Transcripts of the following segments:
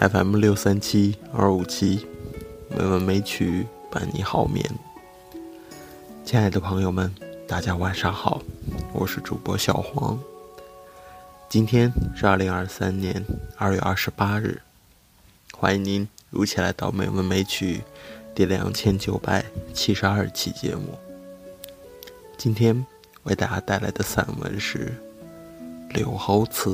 FM637-257，美文美曲伴你好眠。亲爱的朋友们，大家晚上好，我是主播小黄。今天是2023年2月28日，欢迎您如期来到美文美曲第2972期节目。今天为大家带来的散文是《柳侯祠》。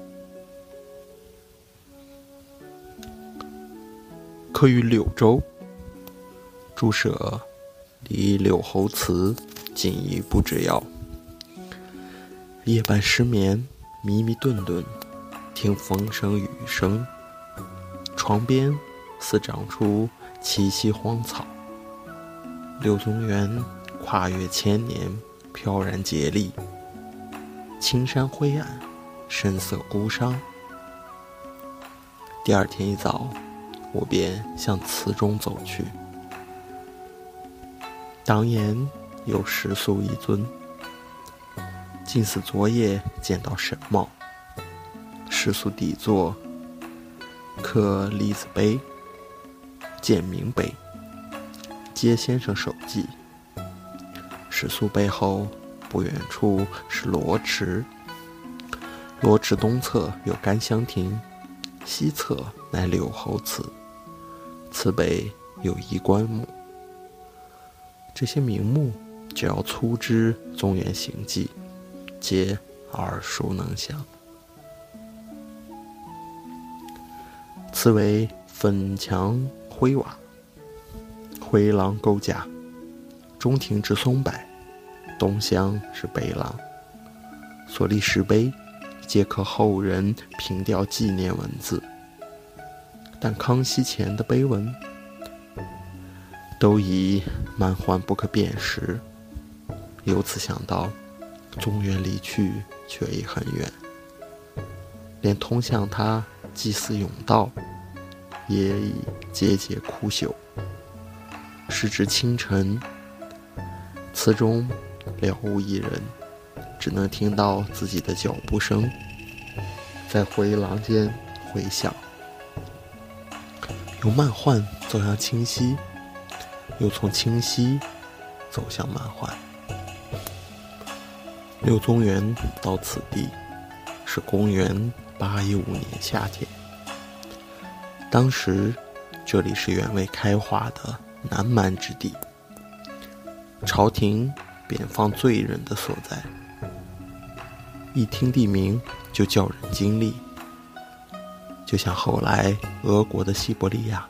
刻于柳州，住舍离柳侯祠仅1步之遥。夜半失眠，迷迷顿顿，听风声雨声，床边似长出萋萋荒草。柳宗元跨越千年，飘然竭力。青山灰暗，深色孤伤。第二天一早，我便向祠中走去。当檐有石塑一尊，近似昨夜见到神貌。石塑底座刻栗子碑、建明碑，接先生手迹。石塑背后不远处是罗池，罗池东侧有甘香亭，西侧乃柳侯祠，祠北有衣冠墓。这些名目只要粗知宗元行迹，皆耳熟能详。此为粉墙灰瓦，回廊构架，中庭置松柏，东厢是北廊，所立石碑皆刻后人凭吊纪念文字，但康熙前的碑文都已漫漶不可辨识。由此想到宗元离去却已很远，连通向他祭祀甬道也已节节枯朽。时至清晨，祠中了无一人，只能听到自己的脚步声在回廊间回响。由漫漶走向清晰，又从清晰走向漫漶。柳宗元到此地是公元815年夏天，当时这里是原未开化的南蛮之地，朝廷贬放罪人的所在。一听地名就叫人惊栗，就像后来俄国的西伯利亚。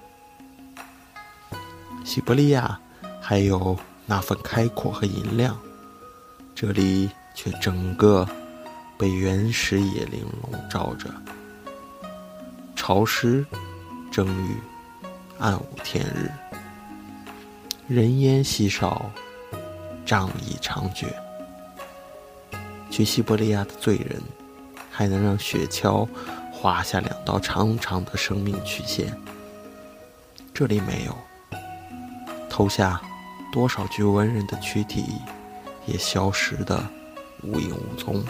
西伯利亚还有那份开阔和银亮，这里却整个被原始野林笼罩着。潮湿、蒸郁、暗无天日，人烟稀少，瘴疫猖獗。去西伯利亚的罪人还能让雪橇划下2道长长的生命曲线，这里没有。投下多少具文人的躯体也消失得无影无踪。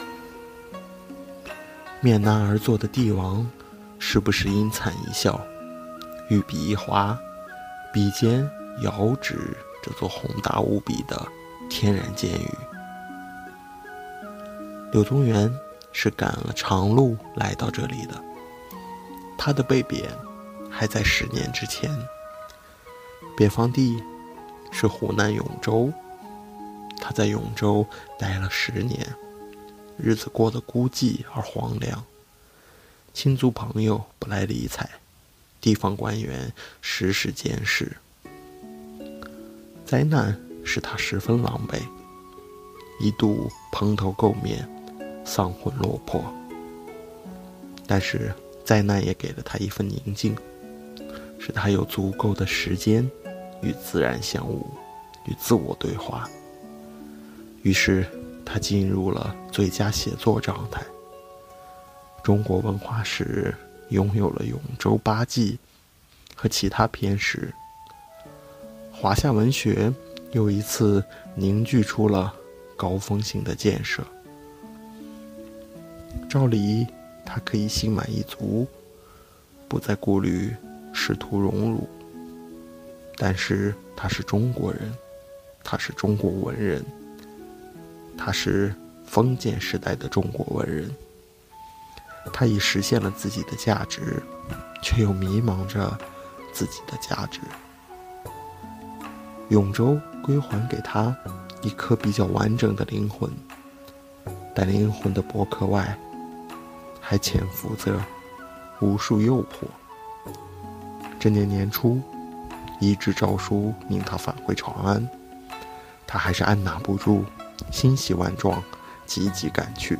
面南而坐的帝王时不时阴惨一笑，御笔一划，笔尖遥指这座宏大无比的天然监狱。柳宗元是赶了长路来到这里的，他的被贬还在10年之前。贬放地是湖南永州，他在永州待了10年，日子过得孤寂而荒凉，亲族朋友不来理睬，地方官员时时监视。灾难使他十分狼狈，一度蓬头垢面，丧魂落魄。但是灾难也给了他一份宁静，使他有足够的时间与自然相悟，与自我对话。于是他进入了最佳写作状态。中国文化史拥有了永州八记和其他篇史，华夏文学又一次凝聚出了高峰性的建设。照理他可以心满意足， 不再顾虑试图融入。但是他是中国人，他是中国文人，他是封建时代的中国文人。他已实现了自己的价值，却又迷茫着自己的价值。永州归还给他一颗比较完整的灵魂，但灵魂的剥壳外，还潜伏着无数诱惑。这年年初，一纸诏书命他返回长安，他还是按捺不住，欣喜万状，急急赶去。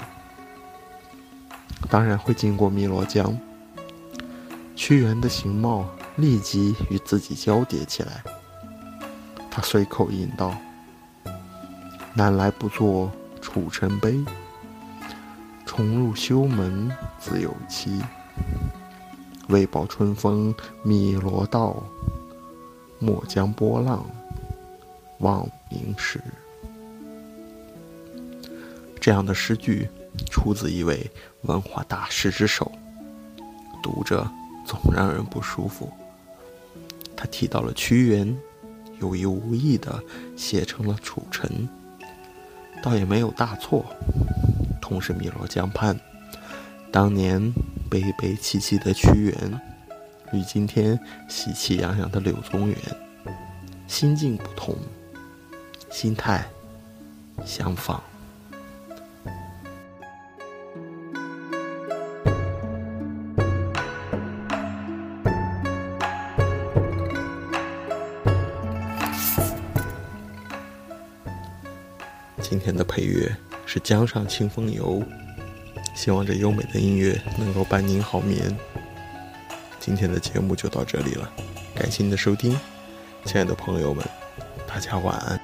当然会经过汨罗江，屈原的形貌立即与自己交叠起来。他随口吟道：“南来不作楚臣悲，重入修门自有期。为报春风汨罗道，莫将波浪望明时。”这样的诗句出自一位文化大师之手，读着总让人不舒服。他提到了屈原，有意无意地写成了楚臣，倒也没有大错。同是汨罗江畔，当年悲悲戚戚的屈原，与今天喜气洋洋的柳宗元，心境不同，心态相仿。今天的配乐是《江上清风游》，希望这优美的音乐能够伴您好眠。今天的节目就到这里了，感谢您的收听，亲爱的朋友们，大家晚安。